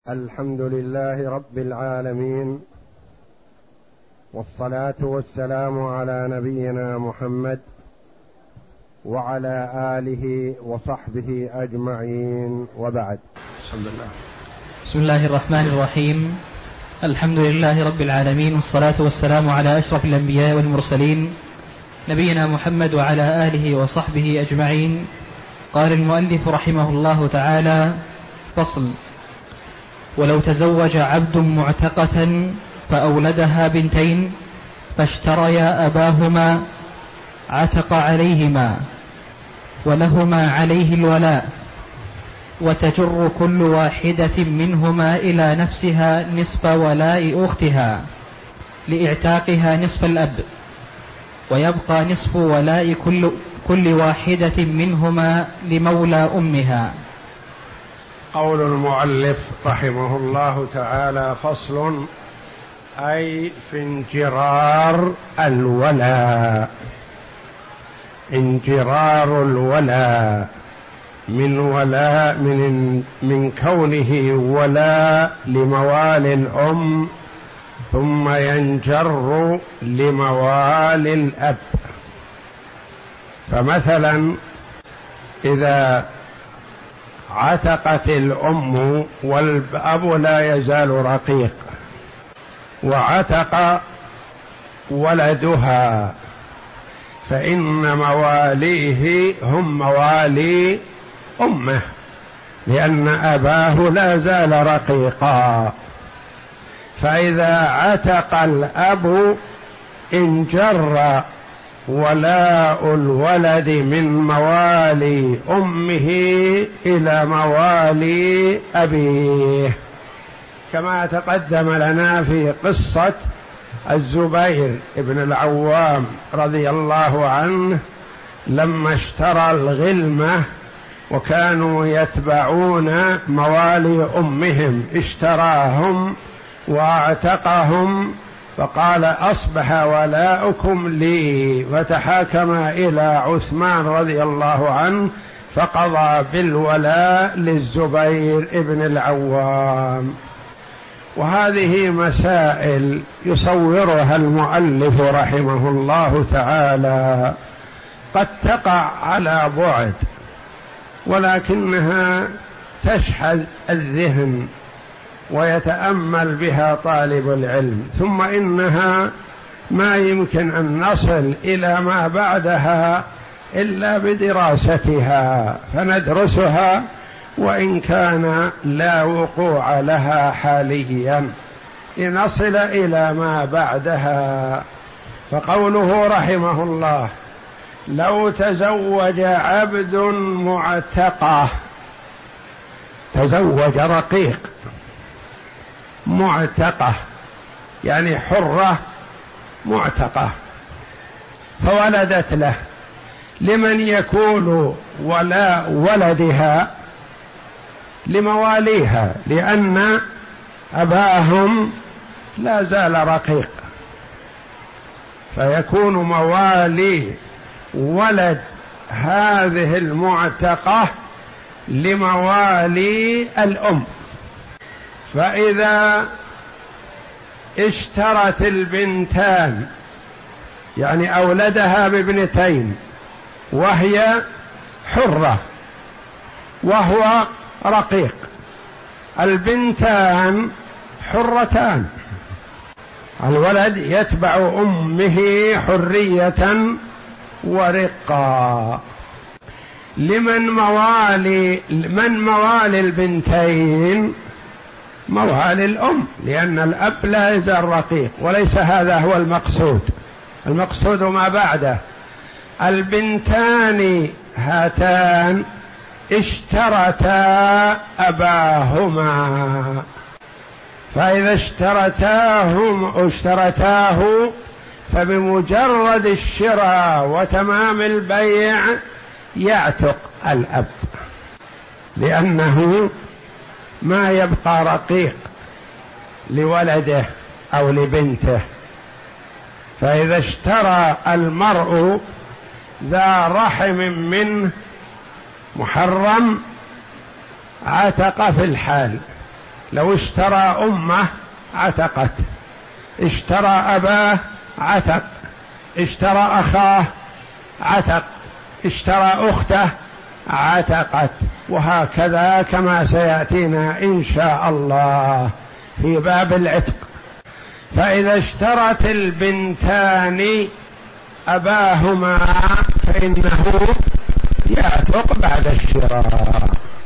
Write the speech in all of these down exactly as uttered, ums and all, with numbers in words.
الحمد لله رب العالمين، والصلاة والسلام على نبينا محمد وعلى آله وصحبه أجمعين، وبعد. بسم الله بسم الله الرحمن الرحيم. الحمد لله رب العالمين، والصلاة والسلام على أشرف الأنبياء والمرسلين نبينا محمد وعلى آله وصحبه أجمعين. قال المؤلف رحمه الله تعالى: فصل: ولو تزوج عبد معتقة فأولدها بنتين فاشتريا أباهما عتق عليهما ولهما عليه الولاء، وتجر كل واحدة منهما إلى نفسها نصف ولاء أختها لإعتاقها نصف الأب، ويبقى نصف ولاء كل, كل واحدة منهما لمولى أمها. قول المؤلف رحمه الله تعالى: فصل، أي في انجرار الولاء، انجرار الولاء من ولاء من من كونه ولاء لموالي الأم ثم ينجر لموالي الأب. فمثلا إذا عتقت الأم والأب لا يزال رقيق، وعتق ولدها، فإن مواليه هم موالي أمه، لأن أباه لا زال رقيقا. فإذا عتق الأب انجر ولاء الولد من موالي أمه إلى موالي أبيه، كما تقدم لنا في قصة الزبير بن العوام رضي الله عنه لما اشترى الغلمة وكانوا يتبعون موالي أمهم، اشتراهم واعتقهم، فقال: أصبح ولاؤكم لي، فتحاكم إلى عثمان رضي الله عنه فقضى بالولاء للزبير بن العوام. وهذه مسائل يصورها المؤلف رحمه الله تعالى، قد تقع على بعد ولكنها تشحذ الذهن ويتأمل بها طالب العلم، ثم إنها ما يمكن أن نصل إلى ما بعدها إلا بدراستها، فندرسها وإن كان لا وقوع لها حاليا لنصل إلى ما بعدها. فقوله رحمه الله: لو تزوج عبد معتقة، تزوج رقيق، معتقة يعني حرة معتقة، فولدت له، لمن يكون ولاء ولدها؟ لمواليها، لأن أباهم لا زال رقيق، فيكون موالي ولد هذه المعتقة لموالي الأم. فإذا اشترت البنتان، يعني أولدها بابنتين وهي حرة وهو رقيق، البنتان حرتان، الولد يتبع أمه حرية ورقا. لمن موالي من موالي البنتين؟ موالي الأم، لأن الأب لا يزال رقيق، وليس هذا هو المقصود، المقصود ما بعده. البنتان هاتان اشترتا أباهما، فإذا اشترتاهم اشترتاه فبمجرد الشراء وتمام البيع يعتق الأب، لأنه ما يبقى رقيق لولده أو لبنته. فإذا اشترى المرء ذا رحم منه محرم عتق في الحال، لو اشترى أمه عتقت، اشترى أباه عتق، اشترى أخاه عتق، اشترى أخته عتقت، وهكذا كما سيأتينا إن شاء الله في باب العتق. فإذا اشترت البنتان أباهما فإنه يعتق بعد الشراء.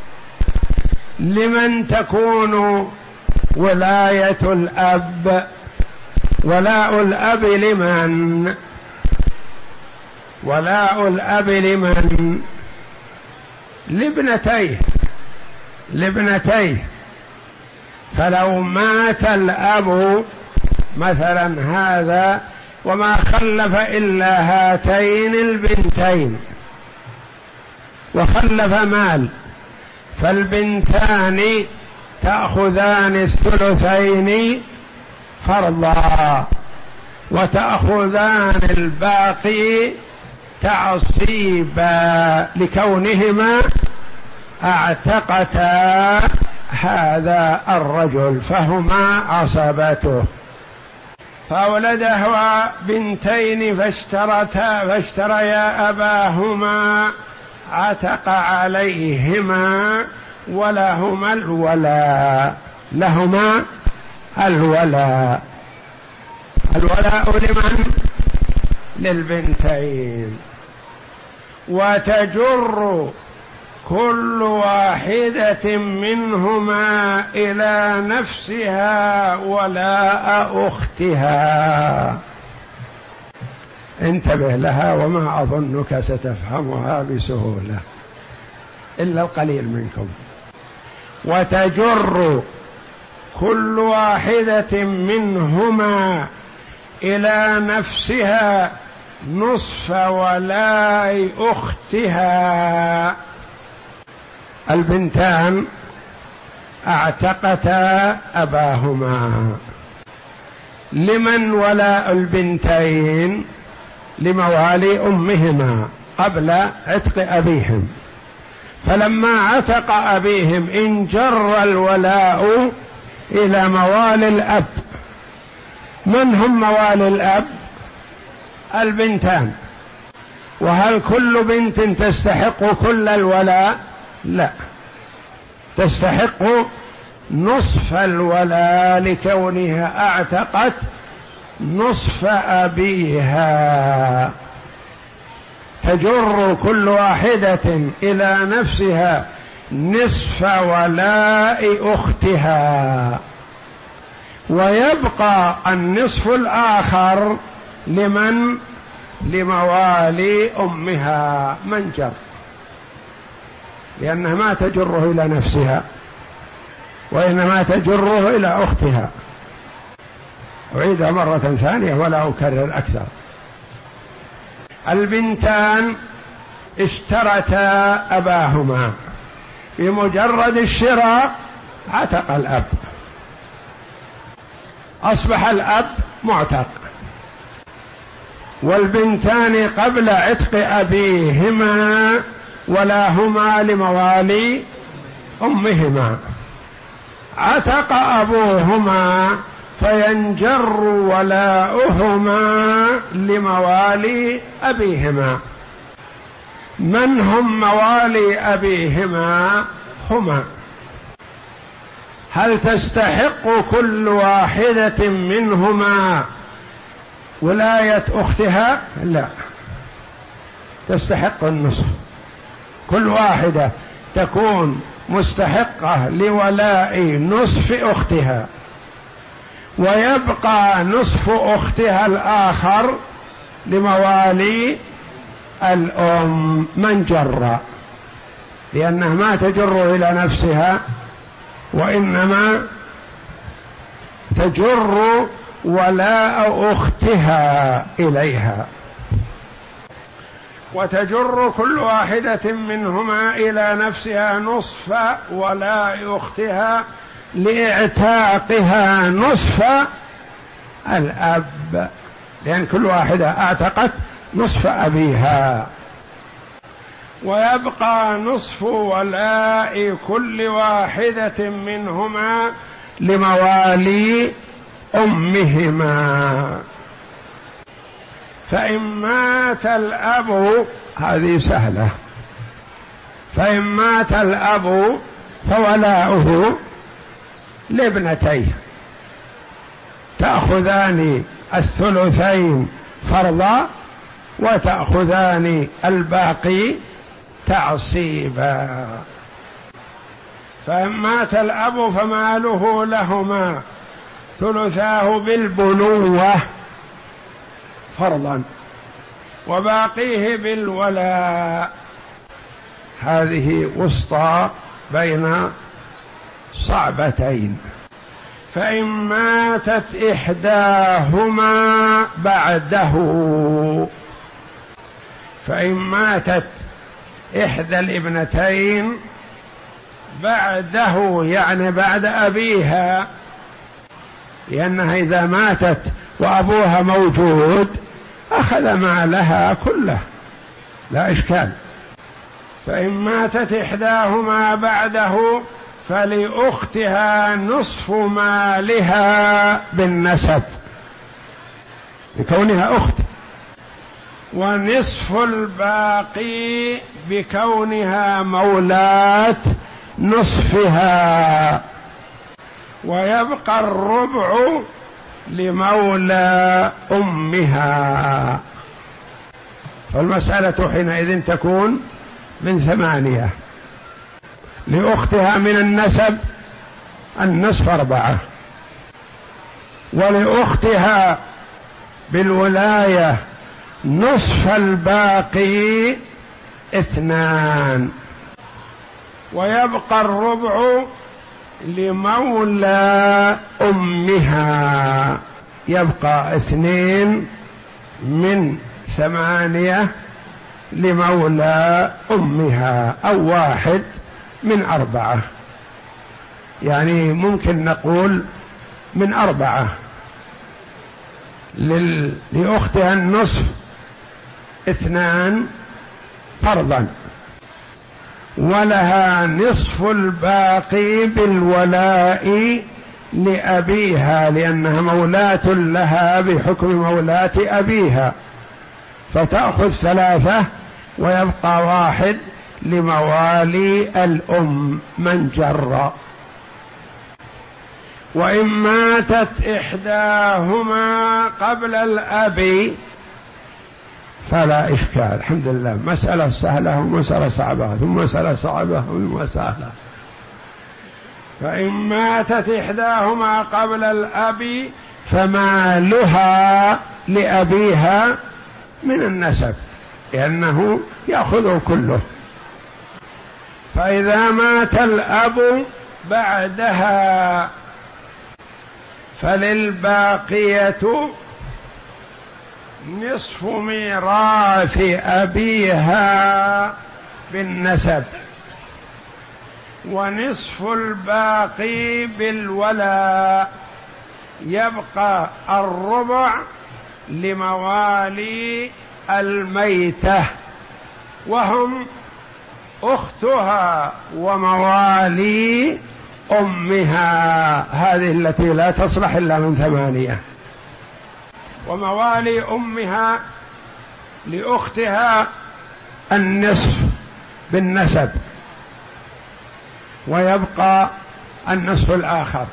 لمن تكون ولاية الأب؟ ولاء الأب لمن؟ ولاء الأب لمن؟ لابنتيه، لابنتيه. فلو مات الأب مثلا هذا وما خلف إلا هاتين البنتين وخلف مال، فالبنتان تأخذان الثلثين فرضا وتأخذان الباقي تعصيبا لكونهما اعتقتا هذا الرجل فهما عصبته. فولدها بنتين فاشترتا فاشتريا أباهما عتق عليهما ولهما الولاء، لهما الولاء. الولاء لمن؟ للبنتين. وتجر كل واحدة منهما إلى نفسها ولاء أختها. انتبه لها، وما أظنك ستفهمها بسهولة إلا القليل منكم. وتجر كل واحدة منهما إلى نفسها نصف ولاء أختها. البنتان اعتقتا أباهما. لمن ولاء البنتين؟ لموالي أمهما قبل عتق أبيهم. فلما عتق أبيهم انجر الولاء إلى موالي الأب. من هم موالي الأب؟ البنتان. وهل كل بنت تستحق كل الولاء؟ لا، تستحق نصف الولاء لكونها اعتقت نصف أبيها. تجر كل واحدة إلى نفسها نصف ولاء أختها، ويبقى النصف الآخر لمن؟ لموالي أمها من جر، لأنها ما تجره إلى نفسها وإنما تجره إلى أختها. أعيدها مرة ثانية ولا أكرر أكثر. البنتان اشترتا أباهما، بمجرد الشراء عتق الأب، أصبح الأب معتق. والبنتان قبل عتق أبيهما ولاهما لموالي أمهما، عتق أبوهما فينجر ولاؤهما لموالي أبيهما. من هم موالي أبيهما؟ هما. هل تستحق كل واحدة منهما ولاية أختها؟ لا، تستحق النصف. كل واحدة تكون مستحقة لولاء نصف أختها، ويبقى نصف أختها الآخر لموالي الأم من جر، لأنها ما تجر إلى نفسها وإنما تجر ولاء أختها إليها. وتجر كل واحدة منهما إلى نفسها نصف ولاء أختها لإعتاقها نصف الأب، لأن كل واحدة اعتقت نصف أبيها. ويبقى نصف ولاء كل واحدة منهما لموالي أمهما. فإن مات الأب، هذه سهلة، فإن مات الأب فولاؤه لابنتيه، تأخذان الثلثين فرضا وتأخذان الباقي تعصيبا. فإن مات الأب فماله لهما ثلثاه بالبنوة فرضا وباقيه بالولاء. هذه وسطى بين صعبتين. فإن ماتت إحداهما بعده، فإن ماتت إحدى الابنتين بعده يعني بعد أبيها، لأنها إذا ماتت وأبوها موجود أخذ مالها كله لا إشكال. فإن ماتت إحداهما بعده فلأختها نصف مالها بالنسب لكونها أخت، ونصف الباقي بكونها مولاة نصفها، ويبقى الربع لمولى أمها. فالمسألة حينئذ تكون من ثمانية. لأختها من النسب النصف أربعة، ولأختها بالولاية نصف الباقي اثنان، ويبقى الربع لمولى أمها، يبقى اثنين من ثمانية لمولى أمها، أو واحد من أربعة، يعني ممكن نقول من أربعة. لل... لأختها النصف اثنان فرضا، ولها نصف الباقي بالولاء لأبيها، لأنها مولاة لها بحكم مولاة أبيها، فتأخذ ثلاثة ويبقى واحد لموالي الأم من جر. وإن ماتت إحداهما قبل الأب فلا إشكال. الحمد لله، مسألة سهلة ومسألة صعبة ثم مسألة صعبة ثم سهلة. فإن ماتت إحداهما قبل الأب فمالها لأبيها من النسب، لأنه يأخذه كله. فإذا مات الأب بعدها فللباقية نصف ميراث أبيها بالنسب، ونصف الباقي بالولاء، يبقى الربع لموالي الميتة، وهم أختها وموالي أمها، هذه التي لا تصلح إلا من ثمانية. وموالي أمها لأختها النصف بالنسب، ويبقى النصف الآخر،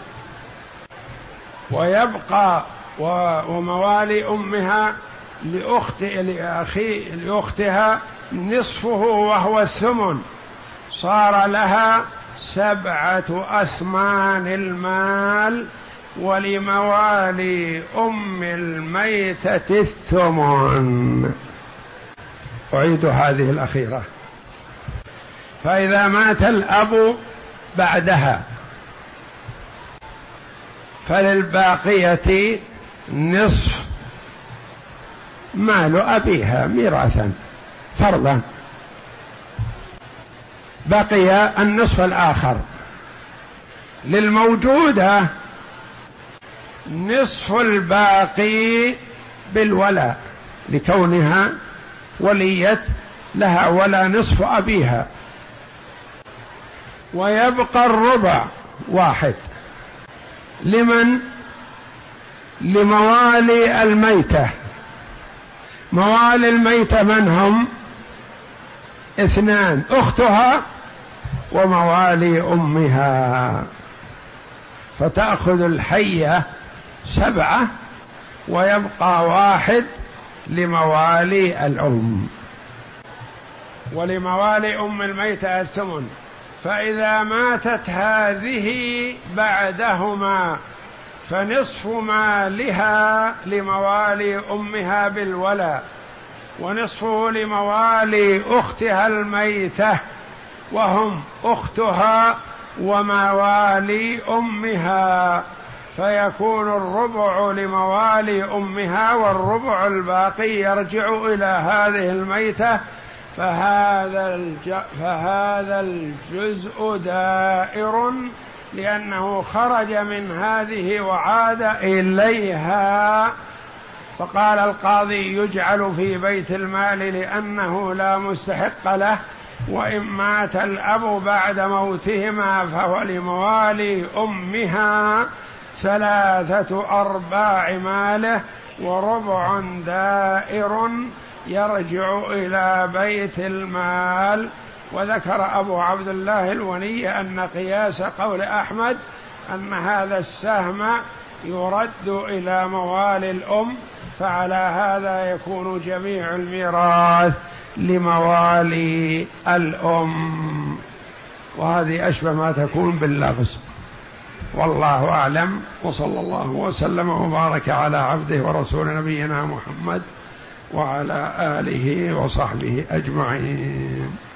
ويبقى وموالي أمها لأخت لأخي لأختها نصفه وهو الثمن، صار لها سبعة أثمان المال، ولموالي أم الميتة الثمن. أعيد هذه الأخيرة. فإذا مات الأب بعدها فللباقية نصف مال أبيها ميراثا فرضا، بقي النصف الآخر. للموجودة نصف الباقي بالولاء، لكونها وليت لها ولا نصف أبيها، ويبقى الربع واحد لمن؟ لموالي الميتة. موالي الميتة من هم؟ اثنان، أختها وموالي أمها، فتأخذ الحية سبعة ويبقى واحد لموالي الأم. ولموالي أم الميتة الثمن. فإذا ماتت هذه بعدهما فنصف مالها لموالي أمها بالولاء، ونصفه لموالي أختها الميتة وهم أختها وموالي أمها، فيكون الربع لموالي أمها والربع الباقي يرجع إلى هذه الميتة. فهذا الج... فهذا الجزء دائر لأنه خرج من هذه وعاد إليها. فقال القاضي يجعل في بيت المال لأنه لا مستحق له، وإن مات الأب بعد موتهما فهو لموالي أمها ثلاثة أرباع ماله وربع دائر يرجع إلى بيت المال. وذكر أبو عبد الله الوني أن قياس قول أحمد أن هذا السهم يرد إلى موالي الأم، فعلى هذا يكون جميع الميراث لموالي الأم. وهذه أشبه ما تكون باللغز، والله أعلم. وصلى الله وسلم وبارك على عبده ورسول نبينا محمد وعلى آله وصحبه أجمعين.